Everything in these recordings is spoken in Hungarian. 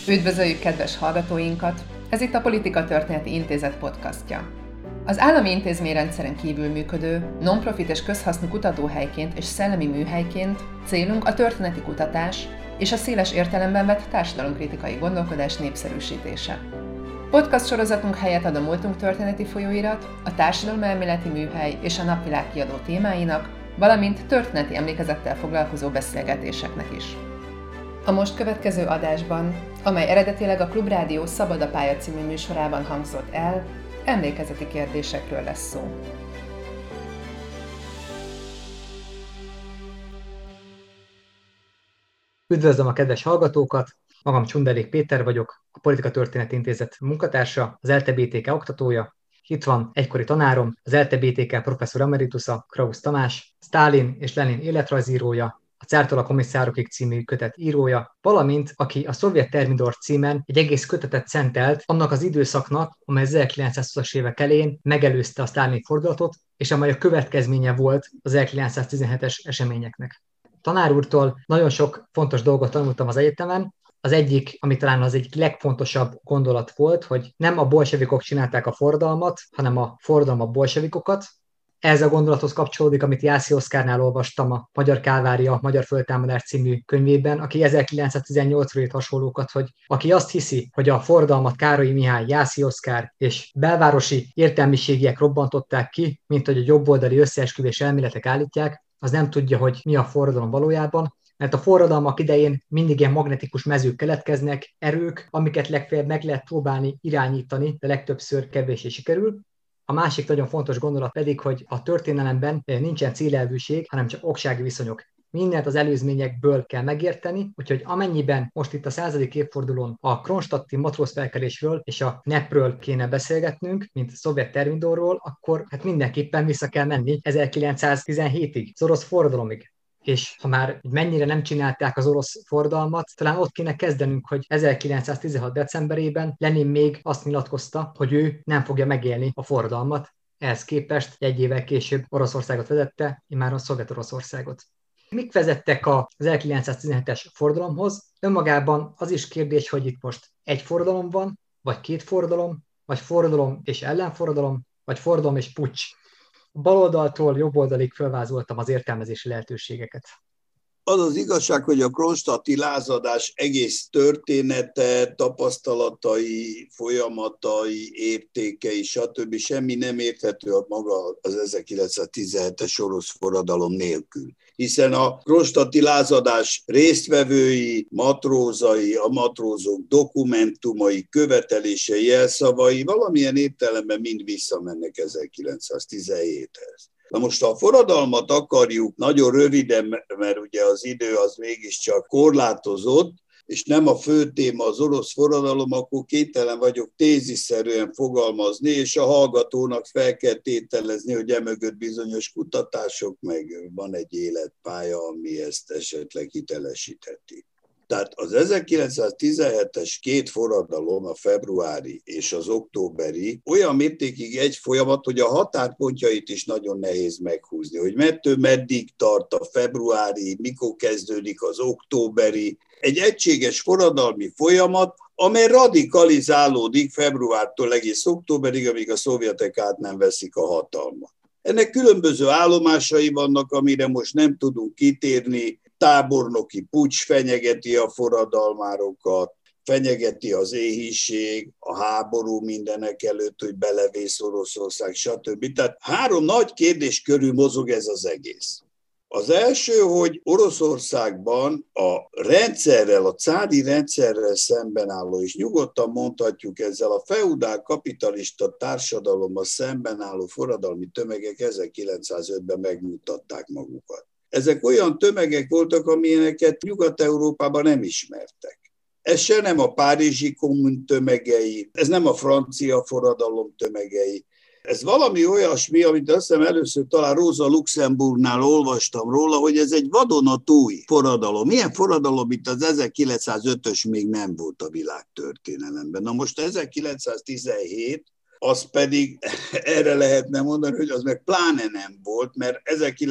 Üdvözöljük kedves hallgatóinkat! Ez itt a Politika Történeti Intézet podcastja. Az állami intézményrendszeren kívül működő, non-profit és közhasznú kutatóhelyként és szellemi műhelyként célunk a történeti kutatás és a széles értelemben vett társadalomkritikai gondolkodás népszerűsítése. Podcast sorozatunk helyet ad a múltunk történeti folyóirat, a társadalomelméleti műhely és a Napvilág kiadó témáinak, valamint történeti emlékezettel foglalkozó beszélgetéseknek is. A most következő adásban, amely eredetileg a Klubrádió Szabad a pálya című műsorában hangzott el, emlékezeti kérdésekről lesz szó. Üdvözlöm a kedves hallgatókat! Magam Csunderék Péter vagyok, a Politika Történeti Intézet munkatársa, az LTBTK oktatója. Itt van egykori tanárom, az LTBTK professzor emeritusa, Krausz Tamás, Sztálin és Lenin életrajzírója, a Cártól a komisszárokig című kötet írója, valamint aki a Szovjet Termidor címen egy egész kötetet szentelt annak az időszaknak, amely 1920-as évek elején megelőzte a sztálini fordulatot, és amely a következménye volt az 1917-es eseményeknek. Tanár úrtól nagyon sok fontos dolgot tanultam az egyetemen. Az egyik, ami talán az egyik legfontosabb gondolat volt, hogy nem a bolsevikok csinálták a forradalmat, hanem a forradalom a bolsevikokat. Ez a gondolathoz kapcsolódik, amit Jászai Oszkárnál olvastam a Magyar Kálvária, Magyar Földtámadás című könyvében, aki 1918-ról írt hasonlókat, hogy aki azt hiszi, hogy a forradalmat Károly Mihály, Jászai Oszkár és belvárosi értelmiségiek robbantották ki, mint hogy a jobboldali összeesküvés elméletek állítják, az nem tudja, hogy mi a forradalom valójában, mert a forradalmak idején mindig ilyen magnetikus mezők keletkeznek, erők, amiket legfeljebb meg lehet próbálni irányítani, de legtöbbször kevéssé sikerül. A másik nagyon fontos gondolat pedig, hogy a történelemben nincsen célelvűség, hanem csak oksági viszonyok. Mindent az előzményekből kell megérteni, úgyhogy amennyiben most itt a 100. évfordulón a kronstadti matrózfelkelésről és a NEP-ről kéne beszélgetnünk, mint a szovjet termidorról, akkor hát mindenképpen vissza kell menni 1917-ig, az orosz forradalomig. És ha már mennyire nem csinálták az orosz forradalmat, talán ott kéne kezdenünk, hogy 1916. decemberében Lenin még azt nyilatkozta, hogy ő nem fogja megélni a forradalmat. Ehhez képest egy évvel később Oroszországot vezette, immáron Szovjet-Oroszországot. Mik vezettek az 1917-es forradalomhoz? Önmagában az is kérdés, hogy itt most egy forradalom van, vagy két forradalom, vagy forradalom és ellenforradalom, vagy forradalom és puccs. Baloldaltól jobboldalig felvázoltam az értelmezési lehetőségeket. Az az igazság, hogy a kronstadti lázadás egész története, tapasztalatai, folyamatai, értékei, stb. Semmi nem érthető a maga az 1917-es orosz forradalom nélkül. Hiszen a kronstadti lázadás résztvevői, matrózai, a matrózok dokumentumai, követelései, jelszavai valamilyen értelemben mind visszamennek 1917-hez. Na most, ha a forradalmat akarjuk nagyon röviden, mert ugye az idő az mégiscsak korlátozott, és nem a fő téma az orosz forradalom, akkor kénytelen vagyok tézisszerűen fogalmazni, és a hallgatónak fel kell tételezni, hogy emögött bizonyos kutatások, meg van egy életpálya, ami ezt esetleg hitelesítheti. Tehát az 1917-es két forradalom, a februári és az októberi, olyan mértékig egy folyamat, hogy a határpontjait is nagyon nehéz meghúzni, hogy mettől meddig tart a februári, mikor kezdődik az októberi. Egy egységes forradalmi folyamat, amely radikalizálódik februártól egész októberig, amíg a szovjetek át nem veszik a hatalmat. Ennek különböző állomásai vannak, amire most nem tudunk kitérni. Tábornoki puccs fenyegeti a forradalmárokat, fenyegeti az éhínség, a háború mindenek előtt, hogy belevész Oroszország, stb. Tehát három nagy kérdés körül mozog ez az egész. Az első, hogy Oroszországban a rendszerrel, a cári rendszerrel szemben álló, és nyugodtan mondhatjuk ezzel a feudál kapitalista társadalommal szemben álló forradalmi tömegek 1905-ben megmutatták magukat. Ezek olyan tömegek voltak, amilyeneket Nyugat-Európában nem ismertek. Ez se nem a párizsi kommun tömegei, ez nem a francia forradalom tömegei. Ez valami olyasmi, amit azt hiszem először talán Rosa Luxemburgnál olvastam róla, hogy ez egy vadonatúj forradalom. Milyen forradalom itt az 1905-ös még nem volt a világtörténelemben. Na most 1917, az pedig erre lehetne mondani, hogy az meg pláne nem volt, mert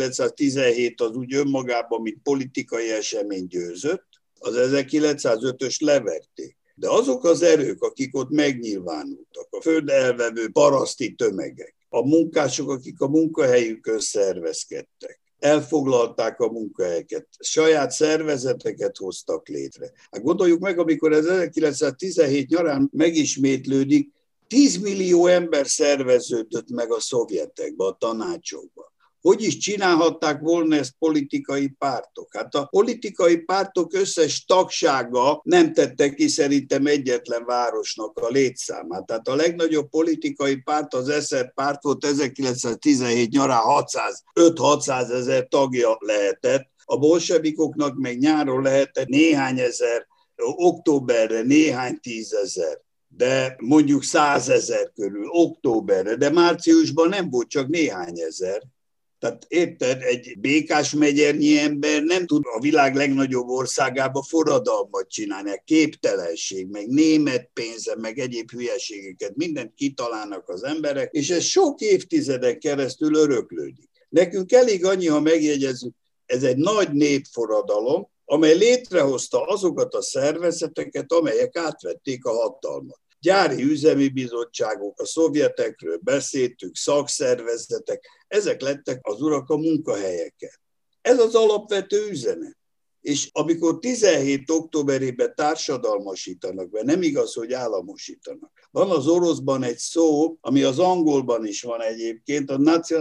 1917 az úgy önmagában, mint politikai esemény győzött, az 1905-ös leverték. De azok az erők, akik ott megnyilvánultak, a földelvevő paraszti tömegek, a munkások, akik a munkahelyükön szervezkedtek, elfoglalták a munkahelyeket, saját szervezeteket hoztak létre. Hát gondoljuk meg, amikor ez 1917 nyarán megismétlődik, 10 millió ember szerveződött meg a szovjetekbe, a tanácsokba. Hogy is csinálhatták volna ezt politikai pártok? Hát a politikai pártok összes tagsága nem tette ki szerintem egyetlen városnak a létszámát. Tehát a legnagyobb politikai párt, az SZR párt volt, 1917 nyarán 5-600 ezer tagja lehetett. A bolsevikoknak meg nyáron lehetett néhány ezer, októberre néhány tízezer, de mondjuk 100 000 körül októberre, de márciusban nem volt, csak néhány ezer. Tehát érted, egy Békás megyernyi ember nem tud a világ legnagyobb országába forradalmat csinálni, képtelenség, meg német pénze, meg egyéb hülyeségeket, mindent kitalálnak az emberek, és ez sok évtizeden keresztül öröklődik. Nekünk elég annyi, ha megjegyezzük, ez egy nagy népforradalom, amely létrehozta azokat a szervezeteket, amelyek átvették a hatalmat. Gyári üzemi bizottságok, a szovjetekről beszéltünk, szakszervezetek, ezek lettek az urak a munkahelyeken. Ez az alapvető üzenet. És amikor 17 októberében társadalmasítanak, mert nem igaz, hogy államosítanak. Van az oroszban egy szó, ami az angolban is van egyébként, a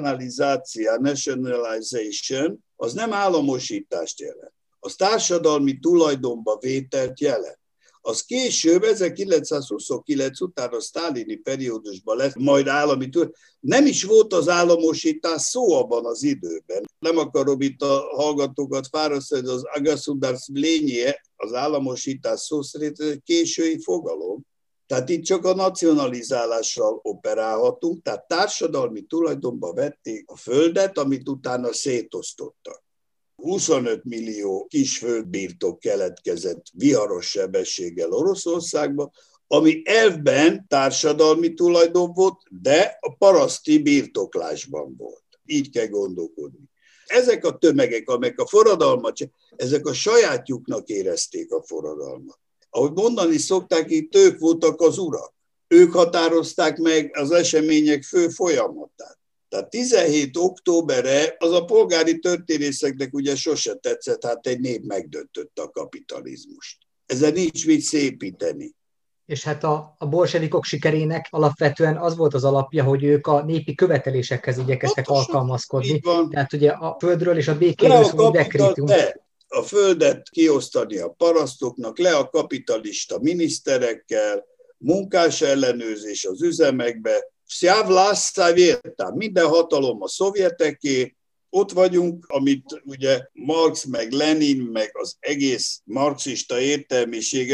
nationalization, az nem államosítást jelent. Az társadalmi tulajdonba vételt jelent. Az később, 1929 után a sztálini periódusban lesz majd állami nem is volt az államosítás szó abban az időben. Nem akarom itt a hallgatókat fárasztani, az agasudarszvlényie, az államosítás szó szerint egy késői fogalom. Tehát itt csak a nacionalizálással operálhatunk, tehát társadalmi tulajdonba vették a földet, amit utána szétosztottak. 25 millió kis földbirtok keletkezett viharos sebességgel Oroszországban, ami elvben társadalmi tulajdon volt, de a paraszti birtoklásban volt. Így kell gondolkodni. Ezek a tömegek, amelyek a forradalmat, ezek a sajátjuknak érezték a forradalmat. Ahogy mondani szokták, itt ők voltak az urak. Ők határozták meg az események fő folyamatát. Tehát 17 októberre az a polgári történészeknek ugye sose tetszett, hát egy nép megdöntötte a kapitalizmust. Ezzel nincs mit szépíteni. És hát a bolsevikok sikerének alapvetően az volt az alapja, hogy ők a népi követelésekhez igyekeztek alkalmazkodni. Tehát ugye a földről és a békéről szóló dekrétum. A földet kiosztani a parasztoknak, le a kapitalista miniszterekkel, munkás ellenőrzés az üzemekbe, minden hatalom a szovjeteké, ott vagyunk, amit ugye Marx, meg Lenin, meg az egész marxista értelmiség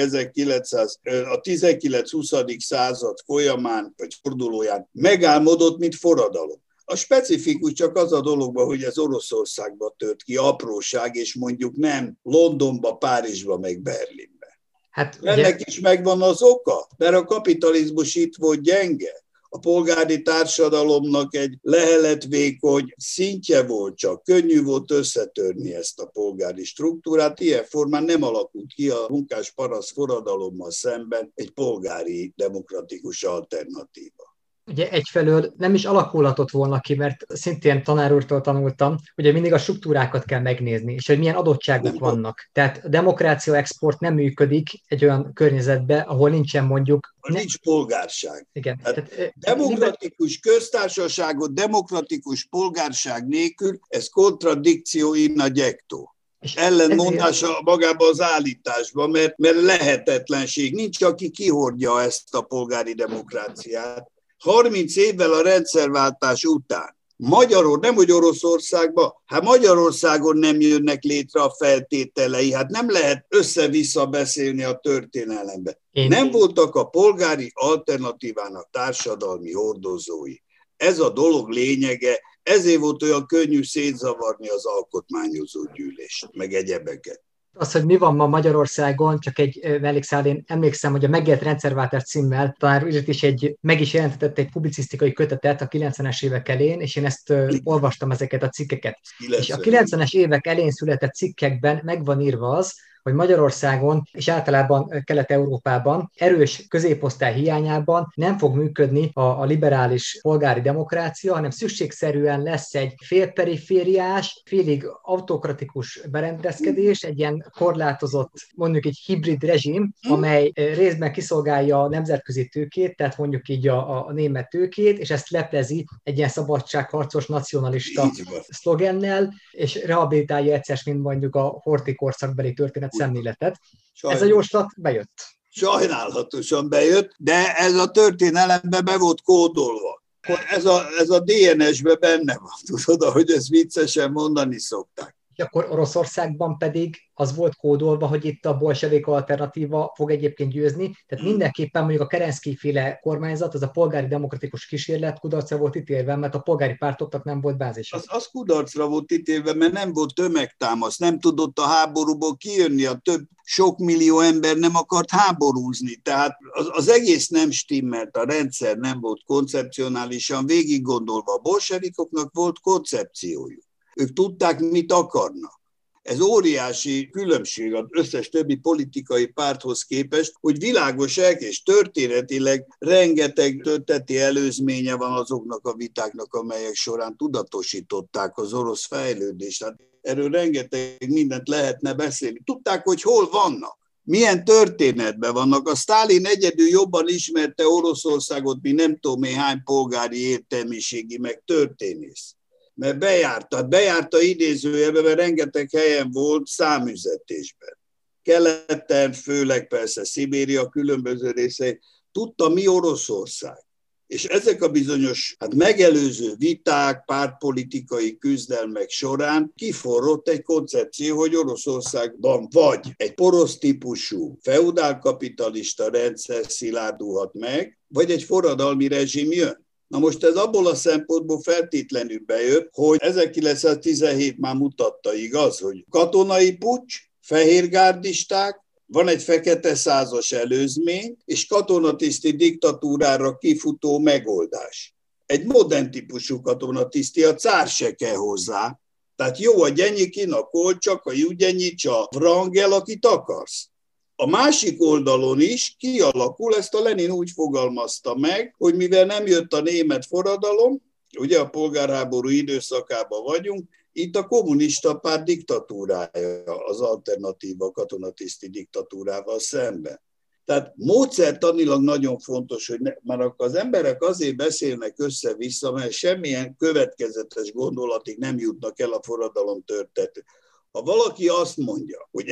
a 19-20. század folyamán, vagy fordulóján megálmodott, mint forradalom. A specifikus csak az a dologban, hogy ez Oroszországba tört ki, apróság, és mondjuk nem Londonba, Párizsba, meg Berlinbe. Hát, ennek is megvan az oka, mert a kapitalizmus itt volt gyenge. A polgári társadalomnak egy leheletvékony szintje volt csak, könnyű volt összetörni ezt a polgári struktúrát, ilyen formán nem alakult ki a munkás-paraszt forradalommal szemben egy polgári demokratikus alternatíva. Ugye egyfelől nem is alakulhatott volna ki, mert szintén tanár úrtól tanultam, hogy mindig a struktúrákat kell megnézni, és hogy milyen adottságok vannak. Tehát a demokrácia export nem működik egy olyan környezetben, ahol nincsen mondjuk... Nincs polgárság. Igen. Demokratikus köztársaságot, demokratikus polgárság nélkül, ez kontradikció in adjecto. Ellentmondása magában az állításban, mert lehetetlenség. Nincs, aki kihordja ezt a polgári demokráciát. 30 évvel a rendszerváltás után nem hogy Oroszországban, Magyarországon nem jönnek létre a feltételei, nem lehet össze-vissza beszélni a történelembe. Nem voltak a polgári alternatívának társadalmi hordozói. Ez a dolog lényege, ezért volt olyan könnyű szétzavarni az alkotmányozó gyűlést, meg egyebeket. Az, hogy mi van ma Magyarországon, csak egy mellékszál, én emlékszem, hogy a Megélt rendszerváltás címmel tanár írt is meg is jelentetett egy publicisztikai kötetet a 90-es évek elén, és én ezt olvastam ezeket a cikkeket. És a 90-es évek elén született cikkekben meg van írva az, hogy Magyarországon és általában Kelet-Európában erős középosztály hiányában nem fog működni a liberális polgári demokrácia, hanem szükségszerűen lesz egy félperifériás, félig autokratikus berendezkedés, egy ilyen korlátozott, mondjuk egy hibrid rezsim, amely részben kiszolgálja a nemzetközi tőkét, tehát mondjuk így a német tőkét, és ezt leplezi egy ilyen szabadságharcos, nacionalista szlogennel, és rehabilitálja egyszer, mint mondjuk a Horthy korszakbeli történet szemléletet. Ez a jóslat bejött. Sajnálatosan bejött, de ez a történelemben be volt kódolva. Ez a DNS-ben benne van, tudod, ahogy ezt viccesen mondani szokták. És akkor Oroszországban pedig az volt kódolva, hogy itt a bolsevik alternatíva fog egyébként győzni, tehát mindenképpen mondjuk a Kerenszky-féle kormányzat, az a polgári demokratikus kísérlet kudarcra volt ítélve, mert a polgári pártoknak nem volt bázisa. Az kudarcra volt ítélve, mert nem volt tömegtámasz, nem tudott a háborúból kijönni, a sok millió ember nem akart háborúzni, tehát az egész nem stimmelt, a rendszer nem volt koncepcionálisan végig gondolva. A bolsevikoknak volt koncepciójuk. Ők tudták, mit akarnak. Ez óriási különbség az összes többi politikai párthoz képest, hogy világos és történetileg rengeteg történeti előzménye van azoknak a vitáknak, amelyek során tudatosították az orosz fejlődést. Tehát erről rengeteg mindent lehetne beszélni. Tudták, hogy hol vannak. Milyen történetben vannak. A Sztálin egyedül jobban ismerte Oroszországot, mint nem tudom én hány polgári értelmiségi, meg történész. Mert bejárta idézőjelben, mert rengeteg helyen volt számüzetésben. Keleten, főleg persze Szibéria különböző részei, tudta, mi Oroszország. És ezek a bizonyos megelőző viták, pártpolitikai küzdelmek során kiforrott egy koncepció, hogy Oroszországban vagy egy porosz típusú feudálkapitalista rendszer szilárdulhat meg, vagy egy forradalmi rezsim jön. Na most ez abból a szempontból feltétlenül bejött, hogy 1917 már mutatta, igaz, hogy katonai puccs, fehérgárdisták, van egy fekete százas előzmény, és katonatiszti diktatúrára kifutó megoldás. Egy modern típusú katonatiszti, a cár se kell hozzá. Tehát jó a Gyenyikin, a Kolcsak, a Judenyics, a Wrangel, akit akarsz. A másik oldalon is kialakul, ezt a Lenin úgy fogalmazta meg, hogy mivel nem jött a német forradalom, ugye a polgárháború időszakában vagyunk, itt a kommunista párt diktatúrája az alternatíva katonatiszti diktatúrával szemben. Tehát módszertanilag nagyon fontos, hogy már akkor az emberek azért beszélnek össze-vissza, mert semmilyen következetes gondolatig nem jutnak el a forradalom történetét. Ha valaki azt mondja, hogy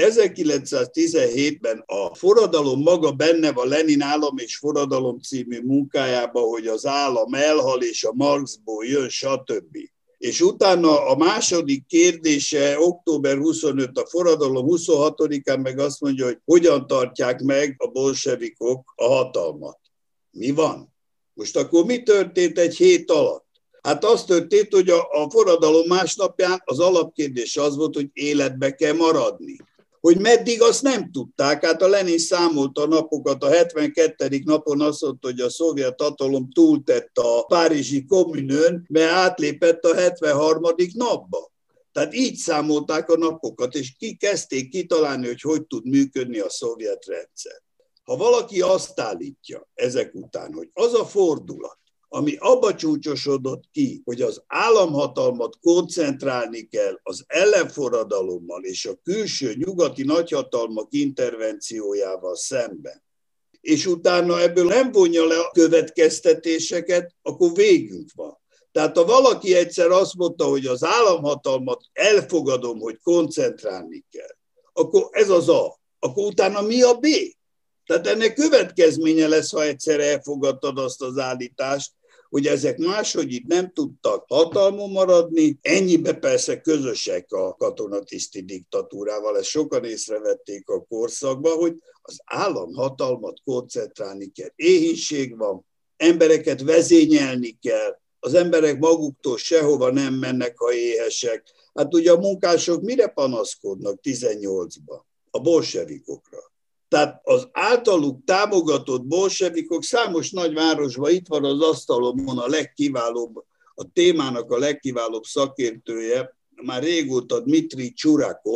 1917-ben a forradalom maga benne van Lenin Állam és Forradalom című munkájában, hogy az állam elhal és a Marxból jön, stb. És utána a második kérdése, október 25, a forradalom 26-án meg azt mondja, hogy hogyan tartják meg a bolsevikok a hatalmat. Mi van? Most akkor mi történt egy hét alatt? Hát az történt, hogy a forradalom másnapján az alapkérdés az volt, hogy életbe kell maradni. Hogy meddig, azt nem tudták. Hát a Lenin számolta a napokat, a 72. napon azt mondta, hogy a szovjet hatalom túltett a párizsi kommunön, mert átlépett a 73. napba. Tehát így számolták a napokat, és kezdték kitalálni, hogy tud működni a szovjet rendszer. Ha valaki azt állítja ezek után, hogy az a fordulat, ami abba csúcsosodott ki, hogy az államhatalmat koncentrálni kell az ellenforradalommal és a külső nyugati nagyhatalmak intervenciójával szemben, és utána ebből nem vonja le a következtetéseket, akkor végünk van. Tehát ha valaki egyszer azt mondta, hogy az államhatalmat elfogadom, hogy koncentrálni kell, akkor ez az A. Akkor utána mi a B? Tehát ennek következménye lesz, ha egyszer elfogadtad azt az állítást, hogy ezek máshogy itt nem tudtak hatalmon maradni, ennyibe persze közösek a katonatiszti diktatúrával, ezt sokan észrevették a korszakban, hogy az államhatalmat koncentrálni kell. Éhínség van, embereket vezényelni kell, az emberek maguktól sehova nem mennek, ha éhesek. Hát ugye a munkások mire panaszkodnak 18-ban? A bolsevikokra. Tehát az általuk támogatott bolsevikok számos nagyvárosban itt van az asztalomon a legkiválóbb, a témának a legkiválóbb szakértője, már régóta Dmitri Csurakov,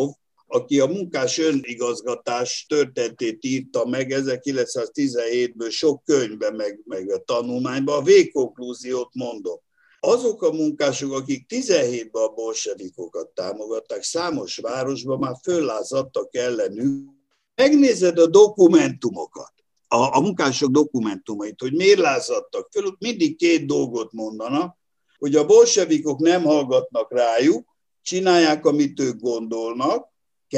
aki a munkás önigazgatás történetét írta meg 1917-ből sok könyvben, meg a tanulmányban, a végkonklúziót mondom. Azok a munkások, akik 17-ben a bolsevikokat támogatták, számos városban már föllázadtak ellenük. Megnézed a dokumentumokat, a munkások dokumentumait, hogy miért lázadtak föl, mindig két dolgot mondanak, hogy a bolsevikok nem hallgatnak rájuk, csinálják, amit ők gondolnak,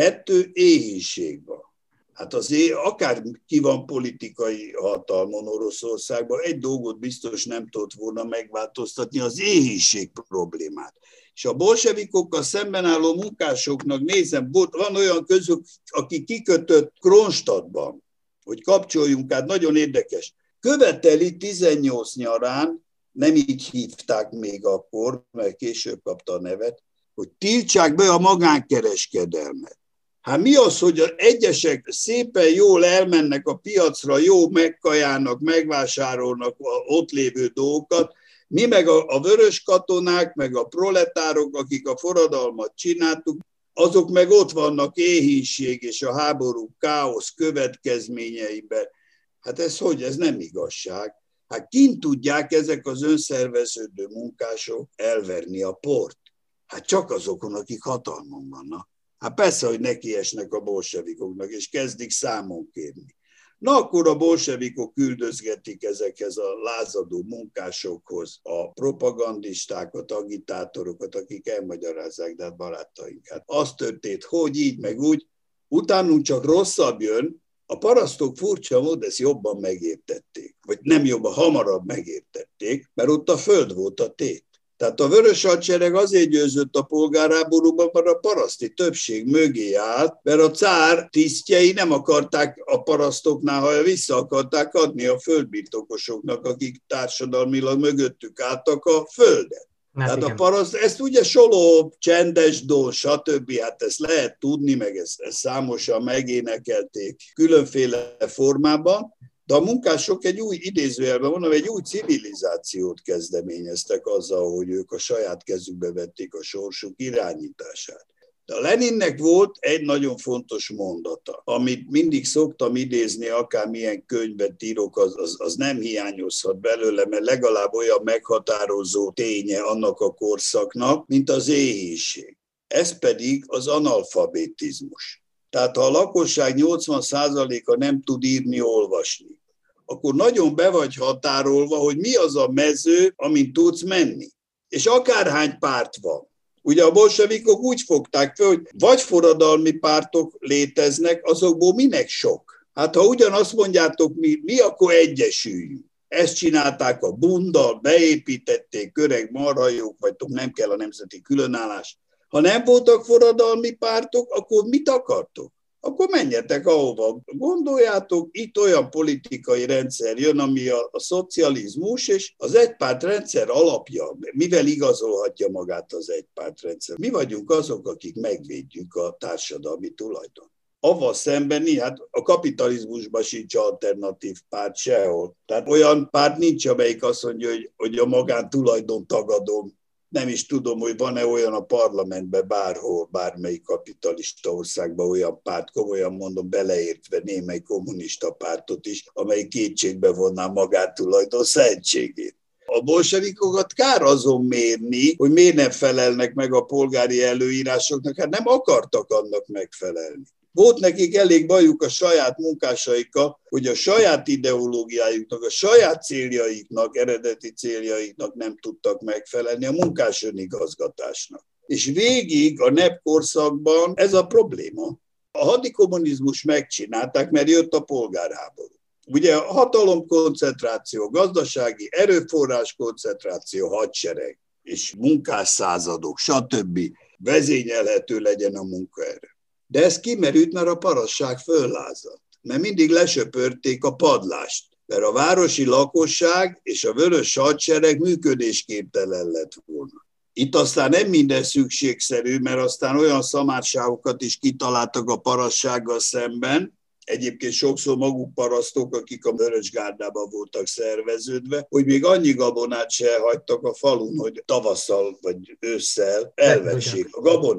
2, éhínség van. Hát azért akár ki van politikai hatalmon Oroszországban, egy dolgot biztos nem tudott volna megváltoztatni, az éhínség problémát. És a bolsevikokkal szemben álló munkásoknak nézem, van olyan közük, aki kikötött Kronstadtban, hogy kapcsoljunk át, nagyon érdekes. Követeli 18 nyarán, nem így hívták még akkor, mert később kapta a nevet, hogy tiltsák be a magánkereskedelmet. Hát mi az, hogy egyesek szépen jól elmennek a piacra, jó megkajálnak, megvásárolnak ott lévő dolgokat, mi meg a vörös katonák, meg a proletárok, akik a forradalmat csináltuk, azok meg ott vannak éhínség és a háború káosz következményeiben. Hát ez hogy? Ez nem igazság. Hát kint tudják ezek az önszerveződő munkások elverni a port? Hát csak azokon, akik hatalmon vannak. Hát persze, hogy nekiesnek a bolsevikoknak, és kezdik számon kérni. Na akkor a bolsevikok küldözgetik ezekhez a lázadó munkásokhoz a propagandistákat, agitátorokat, akik elmagyarázzák, de hát barátaink. Hát az történt, hogy így, meg úgy, utánunk csak rosszabb jön, a parasztok furcsa módon ezt jobban megértették, vagy nem jobban, hamarabb megértették, mert ott a föld volt a tét. Tehát a Vörös Hadsereg azért győzött a polgárháborúban, mert a paraszti többség mögé állt, mert a cár tisztjei nem akarták a parasztoknál, ha vissza akarták adni a földbirtokosoknak, akik társadalmilag mögöttük álltak a földet. Tehát igen. A paraszt, ezt ugye Soló, Csendes Dón, stb. Hát ezt lehet tudni, meg ezt számosan megénekelték különféle formában, de a munkások egy új idézőjelben mondom, egy új civilizációt kezdeményeztek azzal, hogy ők a saját kezükbe vették a sorsuk irányítását. De a Leninnek volt egy nagyon fontos mondata, amit mindig szoktam idézni, akármilyen könyvet írok, az nem hiányozhat belőle, mert legalább olyan meghatározó ténye annak a korszaknak, mint az éhínség. Ez pedig az analfabetizmus. Tehát ha a lakosság 80%-a nem tud írni, olvasni, akkor nagyon be vagy határolva, hogy mi az a mező, amin tudsz menni. És akárhány párt van. Ugye a bolsevikok úgy fogták fel, hogy vagy forradalmi pártok léteznek, azokból minek sok? Hát ha ugyanazt mondjátok, mi akkor egyesüljünk. Ezt csinálták a Bunddal, beépítették, öreg marhajók, vagy nem kell a nemzeti különállás. Ha nem voltak forradalmi pártok, akkor mit akartok? Akkor menjetek ahova gondoljátok, itt olyan politikai rendszer jön, ami a szocializmus, és az egypártrendszer alapja, mivel igazolhatja magát az egypártrendszer. Mi vagyunk azok, akik megvédjük a társadalmi tulajdon. Avval szembeni, hát a kapitalizmusban sincs alternatív párt sehol. Tehát olyan párt nincs, amelyik azt mondja, hogy a magántulajdon tagadom. Nem is tudom, hogy van-e olyan a parlamentben bárhol, bármelyik kapitalista országban olyan párt, komolyan mondom, beleértve némely kommunista pártot is, amely kétségbe vonná magántulajdon szentségét. A bolsevikokat kár azon mérni, hogy miért nem felelnek meg a polgári előírásoknak, hát nem akartak annak megfelelni. Volt nekik elég bajuk a saját munkásaikkal, hogy a saját ideológiájuknak, a saját céljaiknak, eredeti céljaiknak nem tudtak megfelelni a munkás önigazgatásnak. És végig a NEP korszakban ez a probléma. A hadikommunizmus megcsinálták, mert jött a polgárháború. Ugye a hatalomkoncentráció, gazdasági erőforrás koncentráció, hadsereg és munkásszázadok, stb. Vezényelhető legyen a munkaerő. De ez kimerült, mert a parasság föllázadt. Mert mindig lesöpörték a padlást. Mert a városi lakosság és a Vörös Hadsereg működésképtelen lett volna. Itt aztán nem minden szükségszerű, mert aztán olyan szamárságokat is kitaláltak a parassággal szemben, egyébként sokszor maguk parasztok, akik a Vörösgárdában voltak szerveződve, hogy még annyi gabonát se hagytak a falun, hogy tavasszal vagy ősszel elvessék a gabonát.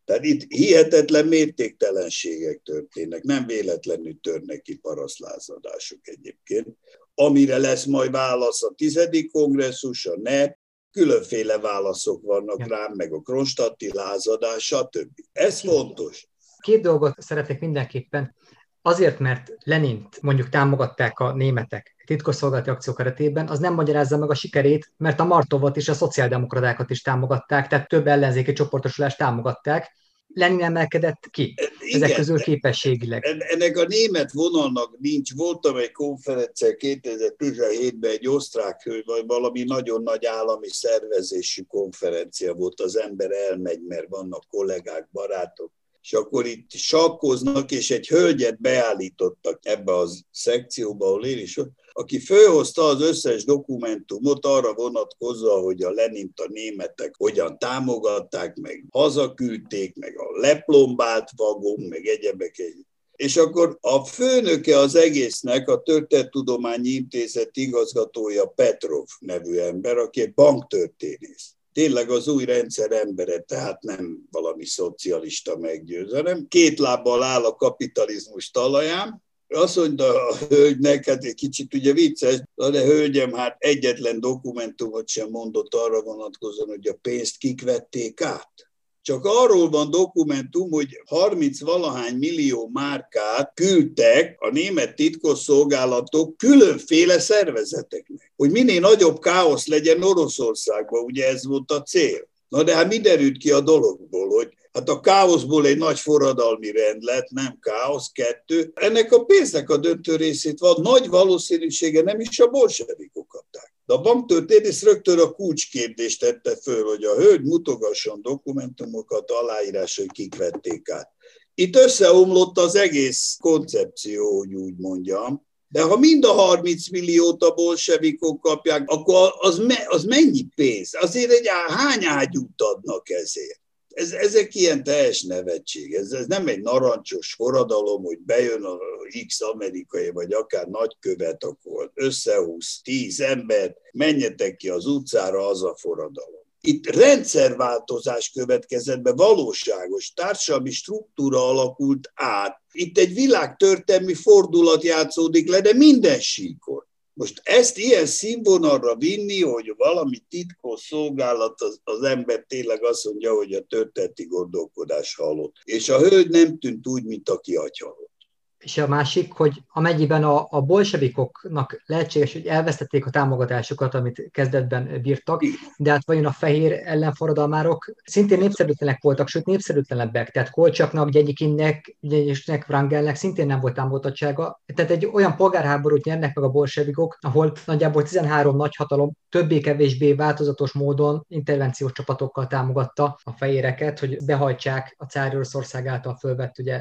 Tehát itt hihetetlen mértéktelenségek történnek, nem véletlenül törnek ki parasztlázadások egyébként. Amire lesz majd válasz a 10. kongresszusa, különféle válaszok vannak rám, meg a kronstadti lázadás, stb. Ez fontos. 2 dolgot szeretnék mindenképpen. Azért, mert Lenint mondjuk támogatták a németek titkosszolgálati akció keretében, az nem magyarázza meg a sikerét, mert a Martovot és a szociáldemokratákat is támogatták, tehát több ellenzéki csoportosulást támogatták. Lenin emelkedett ki ezek közül képességileg. Ennek a német vonalnak nincs. Voltam egy konferencia 2017-ben, egy osztrák hölgy, vagy valami nagyon nagy állami szervezésű konferencia volt, az ember elmegy, mert vannak kollégák, barátok, és akkor itt sakkoznak, és egy hölgyet beállítottak ebbe a szekcióba, ahol én is, aki fölhozta az összes dokumentumot arra vonatkozva, hogy a Lenint a németek hogyan támogatták, meg hazaküldték, meg a leplombált vagon, meg egyebek. És akkor a főnöke az egésznek, a Történettudományi Intézet igazgatója Petrov nevű ember, aki egy banktörténész. Tényleg az új rendszer embere, tehát nem valami szocialista meggyőző, hanem 2 lábbal áll a kapitalizmus talaján. Azt mondta a hölgynek, hát egy kicsit ugye vicces, de hölgyem, hát egyetlen dokumentumot sem mondott arra vonatkozóan, hogy a pénzt kik vették át. Csak arról van dokumentum, hogy 30-valahány millió márkát küldtek a német titkosszolgálatok különféle szervezeteknek, hogy minél nagyobb káosz legyen Oroszországban, ugye ez volt a cél. Na de hát mi derült ki a dologból, hogy hát a káoszból egy nagy forradalmi rend lett, nem káosz, 2. Ennek a pénznek a döntő részét van, nagy valószínűsége nem is a bolsevikok kapták. De a banktörténész rögtön a kulcskérdést tette föl, hogy a hölgy mutogasson dokumentumokat, aláírás, hogy kik vették át. Itt összeomlott az egész koncepció, hogy úgy mondjam. De ha mind a 30 milliót a bolsevikok kapják, akkor az mennyi pénz? Azért hány ágyút adnak ezért? Ezek ilyen teljes nevetség. Ez nem egy narancsos forradalom, hogy bejön a X amerikai, vagy akár nagykövet, akkor összehúz 10 embert, menjetek ki az utcára, az a forradalom. Itt rendszerváltozás következett be, valóságos társadalmi struktúra alakult át. Itt egy világtörténelmi fordulat játszódik le, de minden síkon. Most ezt ilyen színvonalra vinni, hogy valami titkos szolgálat, az ember tényleg azt mondja, hogy a történeti gondolkodás halott. És a hölgy nem tűnt úgy, mint aki agyhalott. És a másik, hogy amennyiben a bolsevikoknak lehetséges, hogy elvesztették a támogatásukat, amit kezdetben bírtak, de hát vajon a fehér ellenforradalmárok szintén népszerűtlenek voltak, sőt népszerűtlenebbek, tehát Kolcsaknak, Gyegyikinnek, Wrangelnek szintén nem volt támogatottsága. Tehát egy olyan polgárháborút nyernek meg a bolsevikok, ahol nagyjából 13 nagyhatalom többé-kevésbé változatos módon intervenciós csapatokkal támogatta a fehéreket, hogy behajtsák a Cári Oroszország által fölvett ugye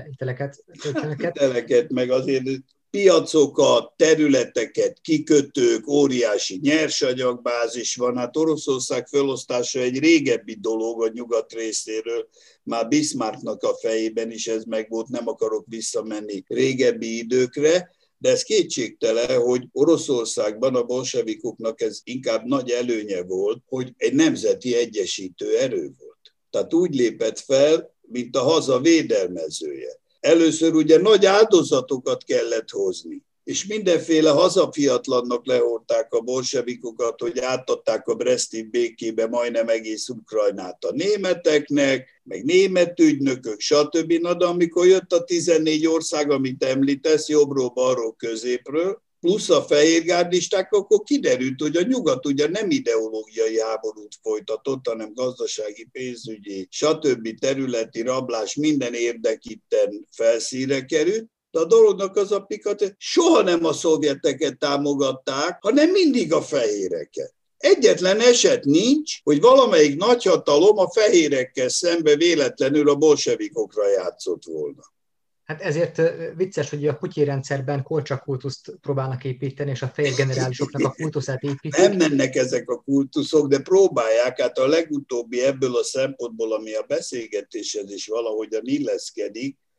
hiteleket, meg azért piacokat, területeket, kikötők, óriási nyersanyagbázis van. Hát Oroszország felosztása egy régebbi dolog a nyugat részéről, már Bismarcknak a fejében is ez megvolt, nem akarok visszamenni régebbi időkre, de ez kétségtelen, hogy Oroszországban a bolsevikoknak ez inkább nagy előnye volt, hogy egy nemzeti egyesítő erő volt. Tehát úgy lépett fel, mint a haza védelmezője. Először ugye nagy áldozatokat kellett hozni, és mindenféle hazafiatlannak lehordták a bolsevikokat, hogy átadták a breszti békébe majdnem egész Ukrajnát a németeknek, meg német ügynökök, stb. Na, de amikor jött a 14 ország, amit említesz, jobbról, balról, középről, plusz a fehérgárdisták, akkor kiderült, hogy a nyugat ugye nem ideológiai háborút folytatott, hanem gazdasági, pénzügyi, stb. Területi rablás, minden érdek itten felszínre került. De a dolognak az a pikat, soha nem a szovjeteket támogatták, hanem mindig a fehéreket. Egyetlen eset nincs, hogy valamelyik nagyhatalom a fehérekkel szembe véletlenül a bolsevikokra játszott volna. Hát ezért vicces, hogy a Putyin rendszerben Kolcsak kultuszt próbálnak építeni, és a fehér generálisoknak a kultuszát építik. Nem mennek ezek a kultuszok, de próbálják. Hát a legutóbbi ebből a szempontból, ami a beszélgetéshez is valahogyan illeszkedik,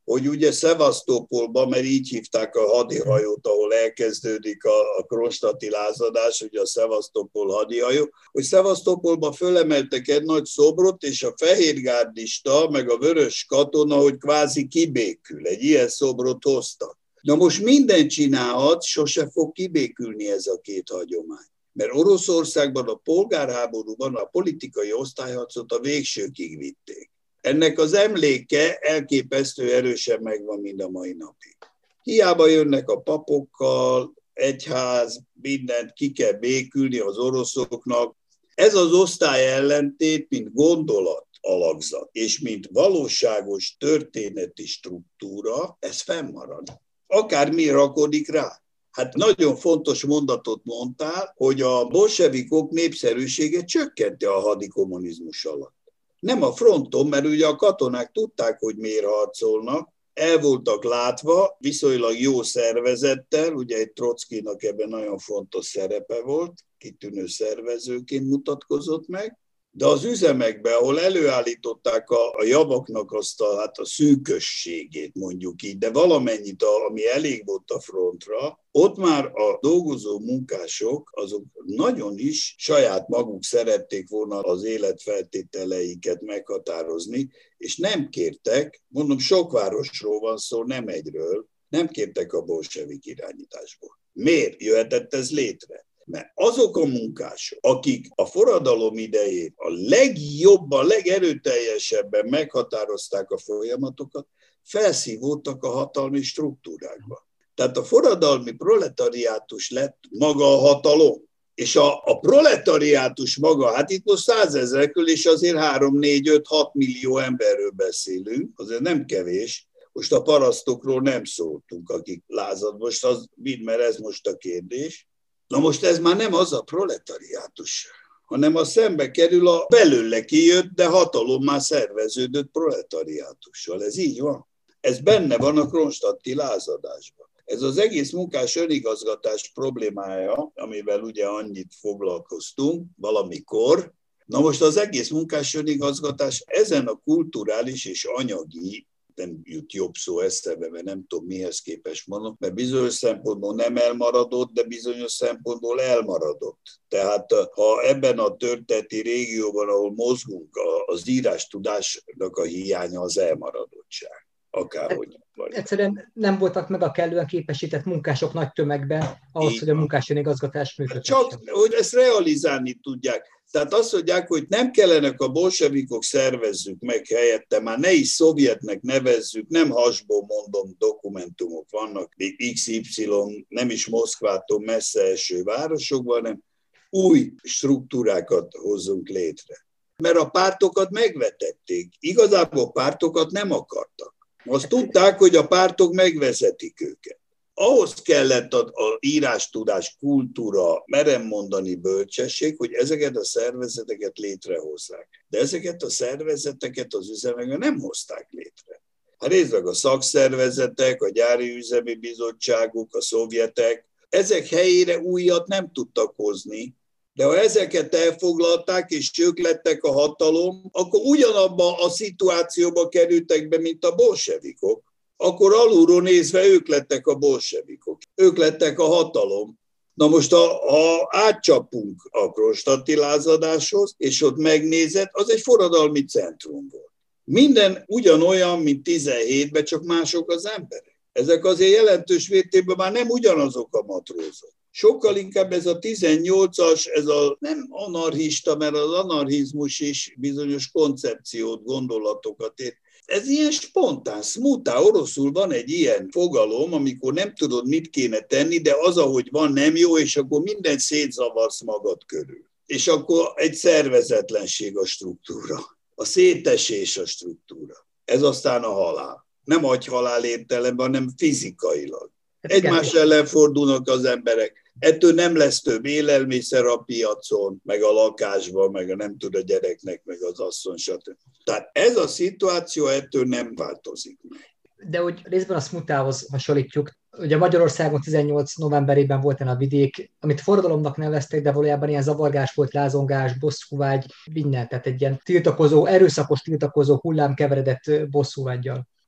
hogy ugye Szevasztópolban, mert így hívták a hadihajót, ahol elkezdődik a kronstadti lázadás, ugye a Szevasztópol hadihajó, hogy Szevasztópolban fölemeltek egy nagy szobrot, és a fehérgárdista, meg a vörös katona, hogy kvázi kibékül. Egy ilyen szobrot hoztak. Na most mindent csinálhat, sose fog kibékülni ez a két hagyomány. Mert Oroszországban a polgárháborúban a politikai osztályharcot a végsőkig vitték. Ennek az emléke elképesztő erősen megvan mind a mai napig. Hiába jönnek a papokkal, egyház, mindent ki kell békülni az oroszoknak. Ez az osztály ellentét, mint gondolat alakzat, és mint valóságos történeti struktúra, ez fennmarad. Akármi rakodik rá. Hát nagyon fontos mondatot mondtál, hogy a bolsevikok népszerűsége csökkenti a hadikommunizmus alatt. Nem a fronton, mert ugye a katonák tudták, hogy miért harcolnak, el voltak látva, viszonylag jó szervezettel, ugye egy Trockinak ebben nagyon fontos szerepe volt, kitűnő szervezőként mutatkozott meg, de az üzemekben, ahol előállították a javaknak azt a szűkösségét, mondjuk így, de valamennyit, ami elég volt a frontra, ott már a dolgozó munkások, azok nagyon is saját maguk szerették volna az életfeltételeiket meghatározni, és nem kértek, mondom, sok városról van szó, nem egyről, nem kértek a bolsevik irányításból. Miért jöhetett ez létre? Mert azok a munkások, akik a forradalom idején a legjobban, legerőteljesebben meghatározták a folyamatokat, felszívódtak a hatalmi struktúrákba. Tehát a forradalmi proletariátus lett maga a hatalom. És a proletariátus maga, hát itt most 100 000-ekről, és azért 3-4-5-6 millió emberről beszélünk, azért nem kevés. Most a parasztokról nem szóltunk, akik lázad. Most az, mert ez most a kérdés. Na most ez már nem az a proletariátus, hanem a szembe kerül a belőle kijött, de hatalommá szerveződött proletariátussal. Ez így van. Ez benne van a kronstadti lázadásban. Ez az egész munkás önigazgatás problémája, amivel ugye annyit foglalkoztunk valamikor. Na most az egész munkás önigazgatás ezen a kulturális és anyagi, nem jut jobb szó eszembe, mert nem tudom mihez képest mondom, mert bizonyos szempontból nem elmaradott, de bizonyos szempontból elmaradott. Tehát ha ebben a történeti régióban, ahol mozgunk, az írástudásnak a hiánya az elmaradottság. Akárhogy. Egyszerűen nem voltak meg a kellően képesített munkások nagy tömegben ahhoz, hogy a munkás önigazgatás működhessen. Csak, hogy ezt realizálni tudják. Tehát azt mondják, hogy nem kellenek a bolsevikok, szervezzük meg helyette, már ne is szovjetnek nevezzük, nem hasból mondom, dokumentumok vannak, még XY, nem is Moszkvától messze eső városokban, hanem új struktúrákat hozzunk létre. Mert a pártokat megvetették, igazából pártokat nem akartak. Azt tudták, hogy a pártok megvezetik őket. Ahhoz kellett a írástudás, kultúra, merem mondani bölcsesség, hogy ezeket a szervezeteket létrehozzák. De ezeket a szervezeteket az üzemekben nem hozták létre. Hát részleg a szakszervezetek, a gyári üzemi bizottságok, a szovjetek, ezek helyére újat nem tudtak hozni, de ha ezeket elfoglalták, és ők lettek a hatalom, akkor ugyanabba a szituációba kerültek be, mint a bolsevikok. Akkor alulról nézve ők lettek a bolsevikok. Ők lettek a hatalom. Na most, ha átcsapunk a kronstadti lázadáshoz, és ott megnézed, az egy forradalmi centrum volt. Minden ugyanolyan, mint 17-ben, csak mások az emberek. Ezek azért jelentős mértékben már nem ugyanazok a matrózok. Sokkal inkább ez a 18-as, ez a nem anarchista, mert az anarchizmus is bizonyos koncepciót, gondolatokat ér. Ez ilyen spontán, smutá, oroszul van egy ilyen fogalom, amikor nem tudod, mit kéne tenni, de az, ahogy van, nem jó, és akkor mindent szétzavarsz magad körül. És akkor egy szervezetlenség a struktúra, a szétesés a struktúra. Ez aztán a halál. Nem agyhalál értelemben, hanem fizikailag. Egymás ellen fordulnak az emberek. Ettől nem lesz több élelmiszer a piacon, meg a lakásban, meg a nem tud a gyereknek, meg az asszony, stb. Tehát ez a szituáció ettől nem változik meg. De hogy részben a smutához hasonlítjuk, ugye Magyarországon 18 novemberében volt a vidék, amit forradalomnak neveztek, de valójában ilyen zavargás volt, lázongás, bosszúvágy, minden, tehát egy ilyen tiltakozó, erőszakos tiltakozó hullám keveredett bosszúvággyal.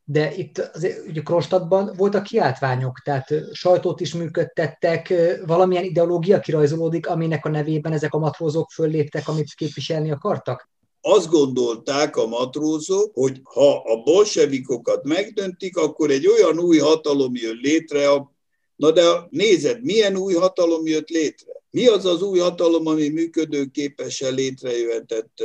de itt azért, ugye Kronstadtban voltak kiáltványok, tehát sajtót is működtettek, valamilyen ideológia kirajzolódik, aminek a nevében ezek a matrózok fölléptek, amit képviselni akartak? Azt gondolták a matrózok, hogy ha a bolsevikokat megdöntik, akkor egy olyan új hatalom jön létre. Na de nézed, milyen új hatalom jött létre? Mi az az új hatalom, ami működőképesen létrejöhetett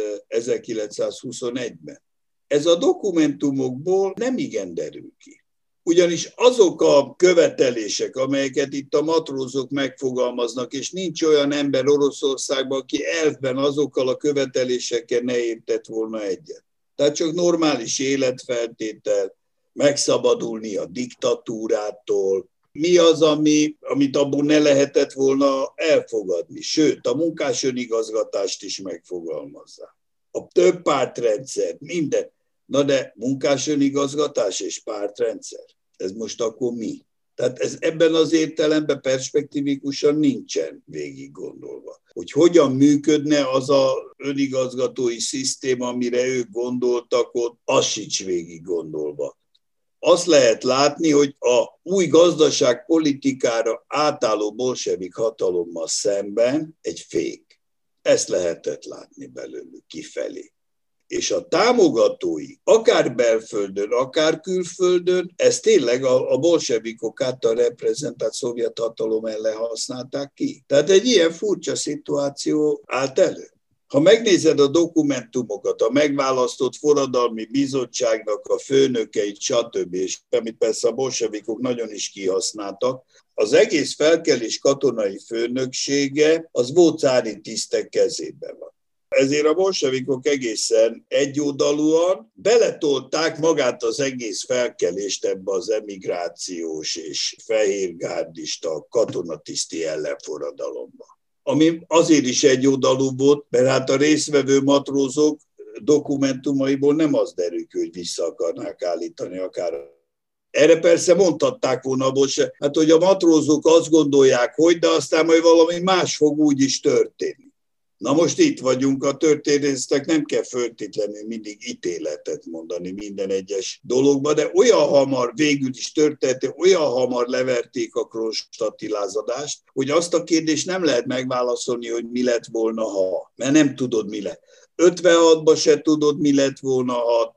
1921-ben? Ez a dokumentumokból nem igen derül ki. Ugyanis azok a követelések, amelyeket itt a matrózok megfogalmaznak, és nincs olyan ember Oroszországban, aki elfben azokkal a követelésekkel ne értett volna egyet. Tehát csak normális életfeltétel, megszabadulni a diktatúrától. Mi az, amit abból ne lehetett volna elfogadni? Sőt, a munkás önigazgatást is megfogalmazza. A több pártrendszer, minden. Na de munkás önigazgatás és pártrendszer, ez most akkor mi? Tehát ez ebben az értelemben perspektívikusan nincsen végig gondolva. Hogy hogyan működne az a önigazgatói szisztéma, amire ők gondoltak ott, az sincs végig gondolva. Azt lehet látni, hogy a új gazdaságpolitikára átálló bolsevik hatalommal szemben egy fék. Ezt lehetett látni belőlük kifelé. És a támogatói, akár belföldön, akár külföldön, ezt tényleg a bolsevikok által reprezentált szovjet hatalom ellen használták ki. Tehát egy ilyen furcsa szituáció állt elő. Ha megnézed a dokumentumokat, a megválasztott forradalmi bizottságnak a főnökeit, stb., és amit persze a bolsevikok nagyon is kihasználtak, az egész felkelés katonai főnöksége az volt cári tisztek kezében van. Ezért a bolsevikok egészen egyoldalúan beletolták magát az egész felkelést ebbe az emigrációs és fehérgárdista katonatiszti ellenforradalomba. Ami azért is egyoldalú volt, mert hát a résztvevő matrózok dokumentumaiból nem az derül ki, hogy vissza akarnák állítani akár. Erre persze mondhatták volna abból se, hát hogy a matrózok azt gondolják, hogy, de aztán majd valami más fog úgy is történni. Na most itt vagyunk, a történésznek nem kell föltétlenül mindig ítéletet mondani minden egyes dologba, de olyan hamar végül is történt, olyan hamar leverték a kronstadti lázadást, hogy azt a kérdést nem lehet megválaszolni, hogy mi lett volna, ha, mert nem tudod, mi lett. 56-ban se tudod, mi lett volna, ha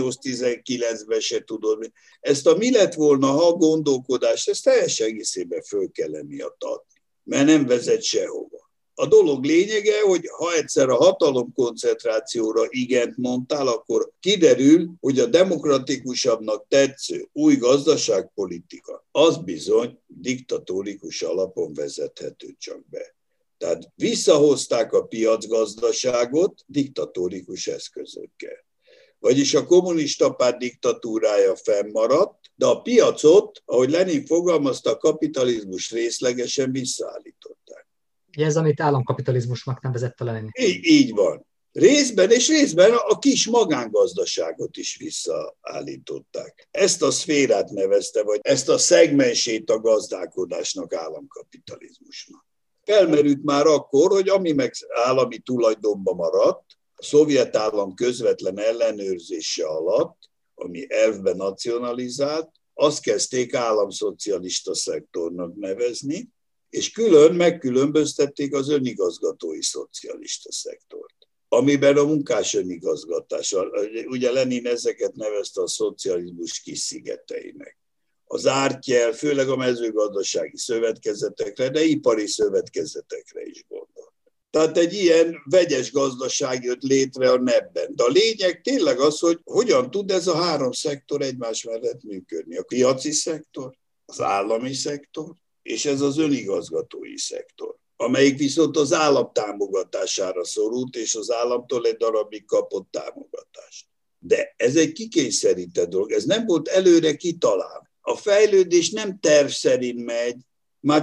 18-19-ben se tudod. Ezt a mi lett volna, ha gondolkodást, ezt teljes egészében föl kell emiatt adni, mert nem vezet sehova. A dolog lényege, hogy ha egyszer a hatalomkoncentrációra igent mondtál, akkor kiderül, hogy a demokratikusabbnak tetsző új gazdaságpolitika az bizony diktatórikus alapon vezethető csak be. Tehát visszahozták a piacgazdaságot diktatórikus eszközökkel. Vagyis a kommunista párt diktatúrája fennmaradt, de a piacot, ahogy Lenin fogalmazta, a kapitalizmus részlegesen visszaállították. Ez, amit államkapitalizmusnak nevezett a Lenin. Így van. Részben és részben a kis magángazdaságot is visszaállították. Ezt a szférát nevezte, vagy ezt a szegmensét a gazdálkodásnak államkapitalizmusnak. Felmerült már akkor, hogy ami meg állami tulajdonban maradt, a szovjet állam közvetlen ellenőrzése alatt, ami elvben nacionalizált, azt kezdték államszocialista szektornak nevezni, és külön megkülönböztették az önigazgatói szocialista szektort, amiben a munkás önigazgatás, ugye Lenin ezeket nevezte a szocializmus kis szigeteinek. Az ártyel, főleg a mezőgazdasági szövetkezetekre, de ipari szövetkezetekre is gondol. Tehát egy ilyen vegyes gazdaság jött létre a NEP-ben. De a lényeg tényleg az, hogy hogyan tud ez a három szektor egymás mellett működni. A piaci szektor, az állami szektor, és ez az önigazgatói szektor, amelyik viszont az állam támogatására szorult, és az államtól egy darabig kapott támogatást. De ez egy kikényszerített dolog, ez nem volt előre kitalálva. A fejlődés nem terv szerint megy, már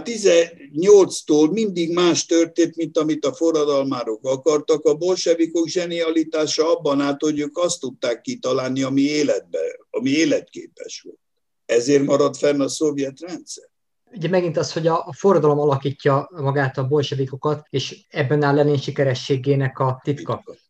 18-tól mindig más történt, mint amit a forradalmárok akartak. A bolsevikok zsenialitása abban állt, hogy ők azt tudták kitalálni, ami életképes volt. Ezért maradt fenn a szovjet rendszer. Ugye megint az, hogy a forradalom alakítja magát a bolsevikokat, és ebben áll Lenin sikerességének a titka.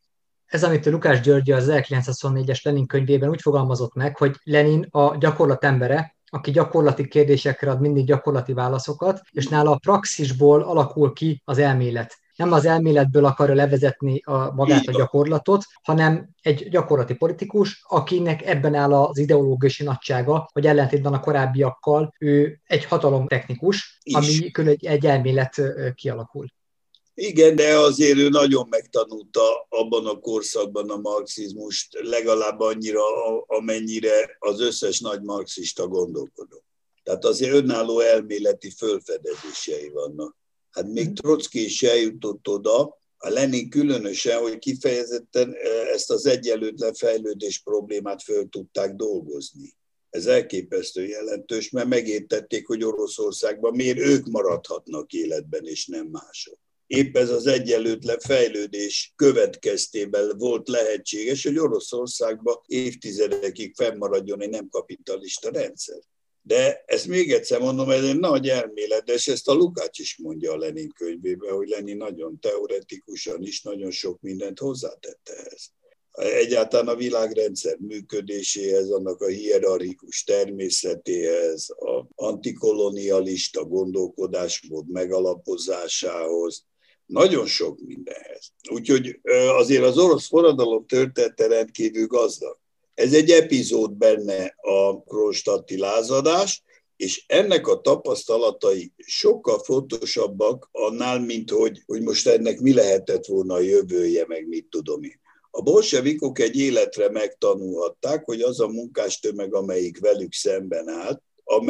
Ez, amit Lukács György az 1924-es Lenin könyvében úgy fogalmazott meg, hogy Lenin a gyakorlat embere, aki gyakorlati kérdésekre ad mindig gyakorlati válaszokat, és nála a praxisból alakul ki az elmélet. Nem az elméletből akarja levezetni magát a gyakorlatot, hanem egy gyakorlati politikus, akinek ebben áll az ideológiai nagysága, hogy ellentétben a korábbiakkal ő egy hatalomtechnikus, ami külön egy elmélet kialakul. Igen, de azért ő nagyon megtanulta abban a korszakban a marxizmust, legalább annyira, amennyire az összes nagy marxista gondolkodó. Tehát azért önálló elméleti fölfedezései vannak. Hát még Troczki is eljutott oda, a Lenin különösen, hogy kifejezetten ezt az egyenlőtlen fejlődés problémát föl tudták dolgozni. Ez elképesztő jelentős, mert megértették, hogy Oroszországban miért ők maradhatnak életben, és nem mások. Épp ez az egyenlőtlen fejlődés következtében volt lehetséges, hogy Oroszországban évtizedekig fennmaradjon egy nem kapitalista rendszer. De ezt még egyszer mondom, ez egy nagy elmélet, és ezt a Lukács is mondja a Lenin könyvében, hogy Lenin nagyon teoretikusan is nagyon sok mindent hozzátette ehhez. Egyáltalán a világrendszer működéséhez, annak a hierarchikus természetéhez, az antikolonialista gondolkodásmód megalapozásához, nagyon sok mindenhez. Úgyhogy azért az orosz forradalom története rendkívül gazdag. Ez egy epizód benne a kronstadti lázadás, és ennek a tapasztalatai sokkal fontosabbak annál, mint hogy most ennek mi lehetett volna a jövője, meg mit tudom én. A bolsevikok egy életre megtanulhatták, hogy az a munkástömeg, amelyik velük szemben állt,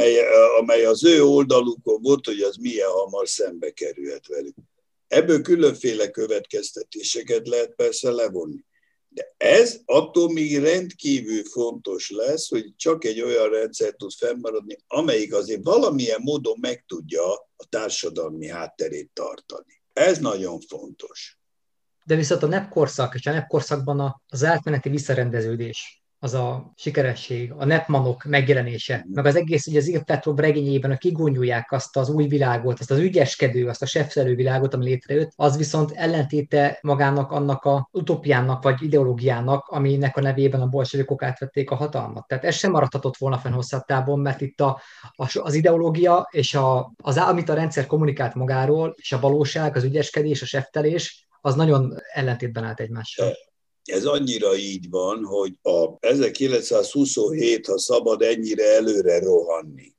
amely az ő oldalukon volt, hogy az milyen hamar szembe kerülhet velük. Ebből különféle következtetéseket lehet persze levonni. De ez attól még rendkívül fontos lesz, hogy csak egy olyan rendszer tud fennmaradni, amelyik azért valamilyen módon meg tudja a társadalmi hátterét tartani. Ez nagyon fontos. De viszont a NEP korszak, és a NEP korszakban az átmeneti visszarendeződés, az a sikeresség, a nepmanok megjelenése, meg az egész, ugye az Ivo Petrov regényében, hogy kigúnyolják azt az új világot, azt az ügyeskedő, azt a seffelő világot, ami létrejött, az viszont ellentéte magának annak a utópiának, vagy ideológiának, aminek a nevében a bolsevikok átvették a hatalmat. Tehát ez sem maradhatott volna fenn hosszabb távon, mert itt az ideológia, és amit a rendszer kommunikált magáról, és a valóság, az ügyeskedés, a seftelés, az nagyon ellentétben állt egymással. Ez annyira így van, hogy a 1927, ha szabad ennyire előre rohanni.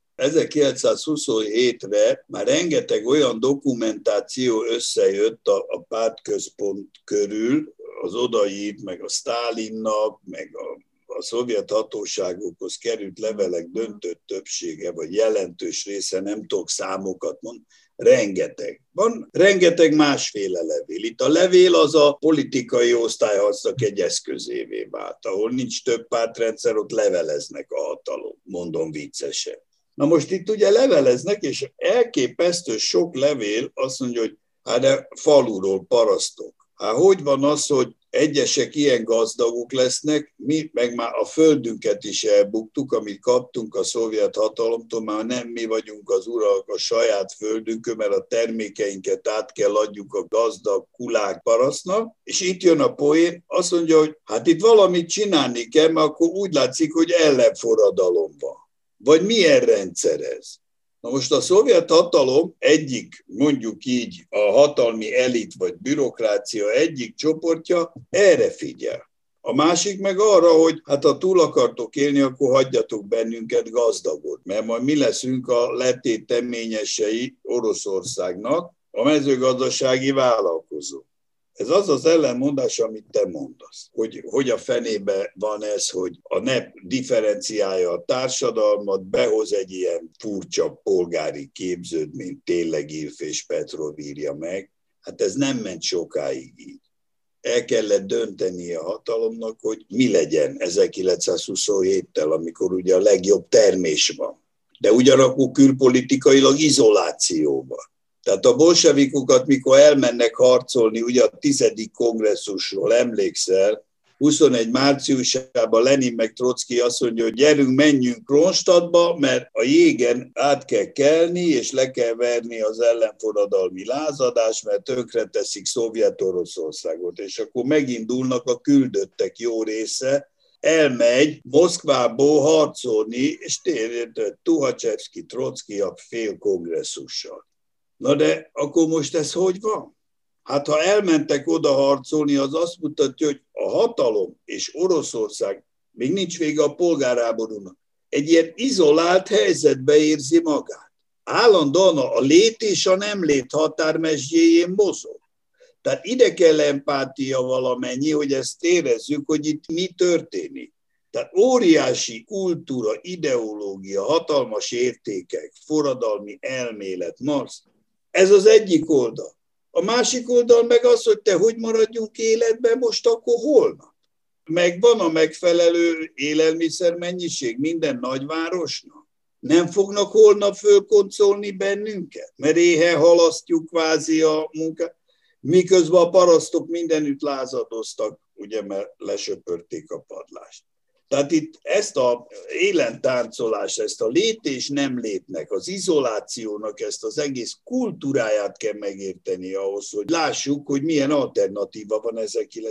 1927-re már rengeteg olyan dokumentáció összejött a pártközpont körül, az odaírt, meg a Sztálinnak, meg a szovjet hatóságokhoz került levelek döntő többsége, vagy jelentős része, nem tudok számokat mondani, rengeteg. Van rengeteg másféle levél. Itt a levél az a politikai osztályharcnak egy eszközévé vált. Ahol nincs több pártrendszer, ott leveleznek a hatalom, mondom viccesen. Na most itt ugye leveleznek, és elképesztő sok levél azt mondja, hogy hát de faluról, parasztok. Hát hogy van az, hogy egyesek ilyen gazdagok lesznek, mi meg már a földünket is elbuktuk, amit kaptunk a szovjet hatalomtól, már nem mi vagyunk az urak a saját földünkön, mert a termékeinket át kell adjuk a gazdag kulák parasztnak, és itt jön a poén, azt mondja, hogy hát itt valamit csinálni kell, mert akkor úgy látszik, hogy ellenforradalom van. Vagy milyen rendszer ez? Na most a szovjet hatalom egyik, mondjuk így, a hatalmi elit vagy bürokrácia egyik csoportja erre figyel. A másik meg arra, hogy hát ha túl akartok élni, akkor hagyjatok bennünket gazdagot, mert majd mi leszünk a letéteményesei Oroszországnak, a mezőgazdasági vállalkozók. Ez az az ellenmondás, amit te mondasz, hogy a fenébe van ez, hogy a NEP differenciálja a társadalmat, behoz egy ilyen furcsa polgári képződményt, tényleg Ilf és Petrov írja meg. Hát ez nem ment sokáig így. El kellett döntenie a hatalomnak, hogy mi legyen 1927-tel, amikor ugye a legjobb termés van. De ugyanakkor külpolitikailag izolációban. Tehát a bolsevikokat, mikor elmennek harcolni, ugye a 10. kongresszusról emlékszel, 21 márciusában Lenin meg Trocki azt mondja, hogy gyerünk, menjünk Kronstadtba, mert a jégen át kell kelni, és le kell verni az ellenforradalmi lázadást, mert tönkreteszik Szovjet-Oroszországot. És akkor megindulnak a küldöttek jó része, elmegy Moszkvából harcolni, és Tuhacsevszki, Trocki a fél kongresszussal. Na de akkor most ez hogy van? Hát ha elmentek oda harcolni, az azt mutatja, hogy a hatalom és Oroszország, még nincs vége a polgárháborúnak, egy ilyen izolált helyzetbe érzi magát. Állandóan a lét és a nem lét határmesdjéjén mozog. Tehát ide kell empátia valamennyi, hogy ezt érezzük, hogy itt mi történik. Tehát óriási kultúra, ideológia, hatalmas értékek, forradalmi elmélet, Marx. Ez az egyik oldal. A másik oldal meg az, hogy te hogy maradjunk életben most akkor holnap. Megvan a megfelelő élelmiszer mennyiség minden nagyvárosnak. Nem fognak holnap fölkoncolni bennünket, mert éhen halasztjuk kvázi a munkát. Miközben a parasztok mindenütt lázadoztak, ugye, mert lesöpörték a padlást. Tehát itt ezt a élentáncolást, ezt a lét és nem létnek, az izolációnak ezt az egész kultúráját kell megérteni ahhoz, hogy lássuk, hogy milyen alternatíva van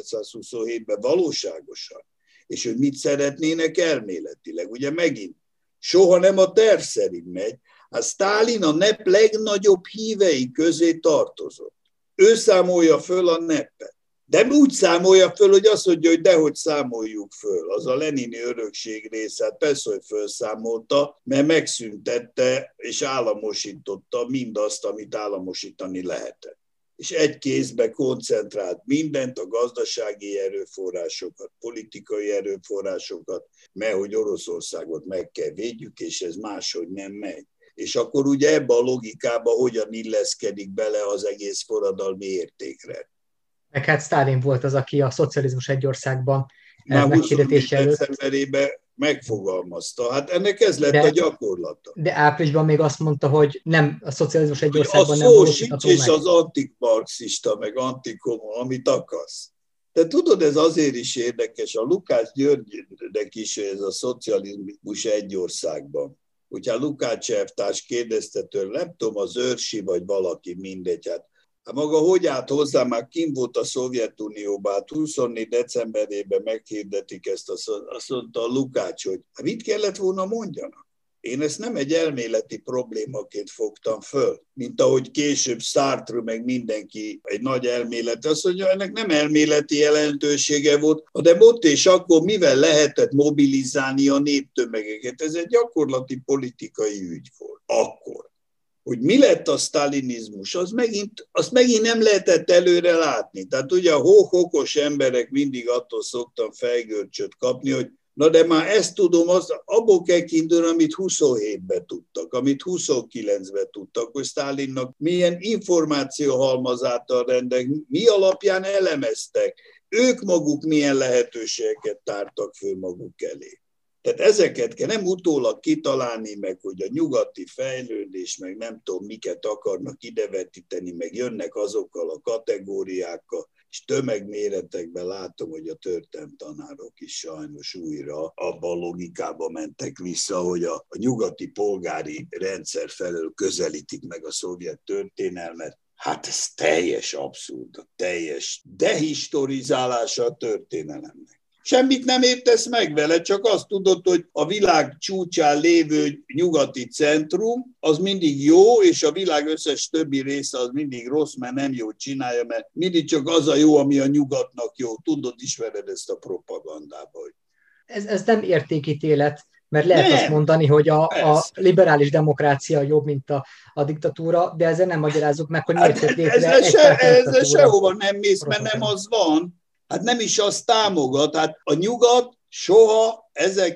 1927-ben valóságosan, és hogy mit szeretnének elméletileg. Ugye megint soha nem a terv szerint megy. Hát Sztálin a NEP legnagyobb hívei közé tartozott. Ő számolja föl a NEP-et. De úgy számolja föl, hogy azt mondja, hogy dehogy számoljuk föl. Az a lenini örökség része, persze, hogy felszámolta, mert megszüntette és államosította mindazt, amit államosítani lehetett. És egy kézbe koncentrált mindent, a gazdasági erőforrásokat, politikai erőforrásokat, mert hogy Oroszországot meg kell védjük, és ez máshogy nem megy. És akkor ugye ebbe a logikába hogyan illeszkedik bele az egész forradalmi értékre. Meg hát Sztálin volt az, aki a szocializmus egy országban meghirdetése előtt decemberében megfogalmazta. Hát ennek ez lett a gyakorlata. De áprilisban még azt mondta, hogy nem a szocializmus egy országban nem valósítható meg. A szó sincs, és az antikmarxista, meg antikomo, amit akarsz. De tudod, ez azért is érdekes, a Lukács Györgynek is ez a szocializmus egy országban. Hogyha Lukács elvtárs kérdezte tőle, nem tudom, az Őrsi vagy valaki, mindegy, hát maga hogy állt hozzá, már kint volt a Szovjetunióban, hát 24 decemberében meghirdetik ezt, azt mondta a Lukács, hogy mit kellett volna mondjanak? Én ezt nem egy elméleti problémaként fogtam föl, mint ahogy később Sartre meg mindenki egy nagy elmélet. Azt mondja, ennek nem elméleti jelentősége volt, de ott és akkor mivel lehetett mobilizálni a néptömegeket. Ez egy gyakorlati politikai ügy volt. Akkor. Hogy mi lett a sztálinizmus, azt megint nem lehetett előre látni. Tehát ugye a hókokos emberek mindig attól szoktam fejgörcsöt kapni, hogy na de már ezt tudom, abból kell kiindulni, amit 27-ben tudtak, amit 29-ben tudtak, hogy Sztálinnak milyen információhalmazáttal rendelkeznek, mi alapján elemeztek, ők maguk milyen lehetőségeket tártak föl maguk elé. Tehát ezeket kell nem utólag kitalálni, meg hogy a nyugati fejlődés, meg nem tudom miket akarnak idevetíteni, meg jönnek azokkal a kategóriákkal, és tömegméretekben látom, hogy a történelemtanárok is sajnos újra abban a logikába mentek vissza, hogy a nyugati polgári rendszer felől közelítik meg a szovjet történelmet. Hát ez teljes abszurd, teljes dehistorizálása a történelemnek. Semmit nem értesz meg vele, csak azt tudod, hogy a világ csúcsán lévő nyugati centrum az mindig jó, és a világ összes többi része az mindig rossz, mert nem jót csinálja, mert mindig csak az a jó, ami a nyugatnak jó. Tudod, ismered ezt a propagandában. Hogy... Ez nem értékítélet, mert lehet azt mondani, hogy a liberális demokrácia jobb, mint a diktatúra, de ezzel nem magyarázzuk meg, hogy miért jött létre ezzel sehova nem mész, mert nem az van. Hát nem is azt támogat. Hát a nyugat soha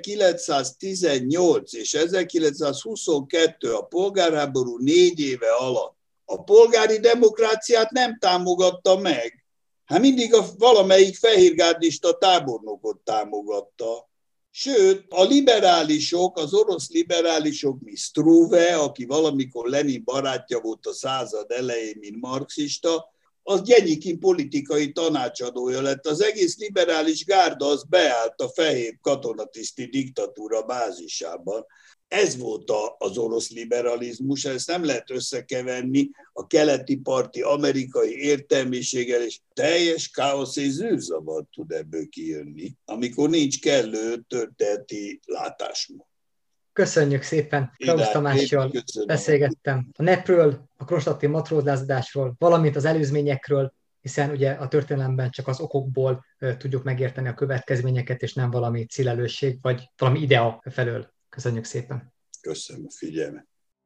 1918 és 1922 a polgárháború 4 éve alatt a polgári demokráciát nem támogatta meg. Hát mindig valamelyik fehérgárdista tábornokot támogatta. Sőt, a liberálisok, az orosz liberálisok, mint Struve, aki valamikor Lenin barátja volt a század elején, mint marxista, az Gyenyikin politikai tanácsadója lett. Az egész liberális gárda az beállt a fehér katonatiszti diktatúra bázisában. Ez volt az orosz liberalizmus, ezt nem lehet összekeverni a keleti parti amerikai értelmiséggel, és teljes káosz és zűrzavar tud ebből kijönni, amikor nincs kellő történeti látásmód. Köszönjük szépen, Krausz Tamással beszélgettem a NEP-ről, a kronstadti matrózlázadásról, valamint az előzményekről, hiszen ugye a történelemben csak az okokból tudjuk megérteni a következményeket, és nem valami célelősség, vagy valami idea felől. Köszönjük szépen. Köszönöm a figyelmet.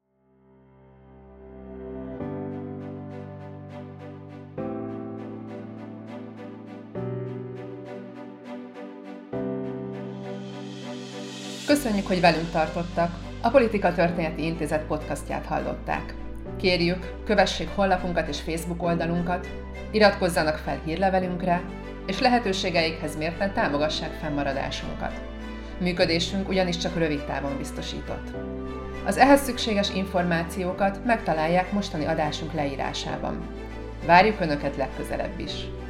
Köszönjük, hogy velünk tartottak. A Politika Történeti Intézet podcastját hallották. Kérjük, kövessék honlapunkat és Facebook oldalunkat, iratkozzanak fel hírlevelünkre, és lehetőségeikhez mérten támogassák fennmaradásunkat. Működésünk ugyanis csak rövid távon biztosított. Az ehhez szükséges információkat megtalálják mostani adásunk leírásában. Várjuk Önöket legközelebb is!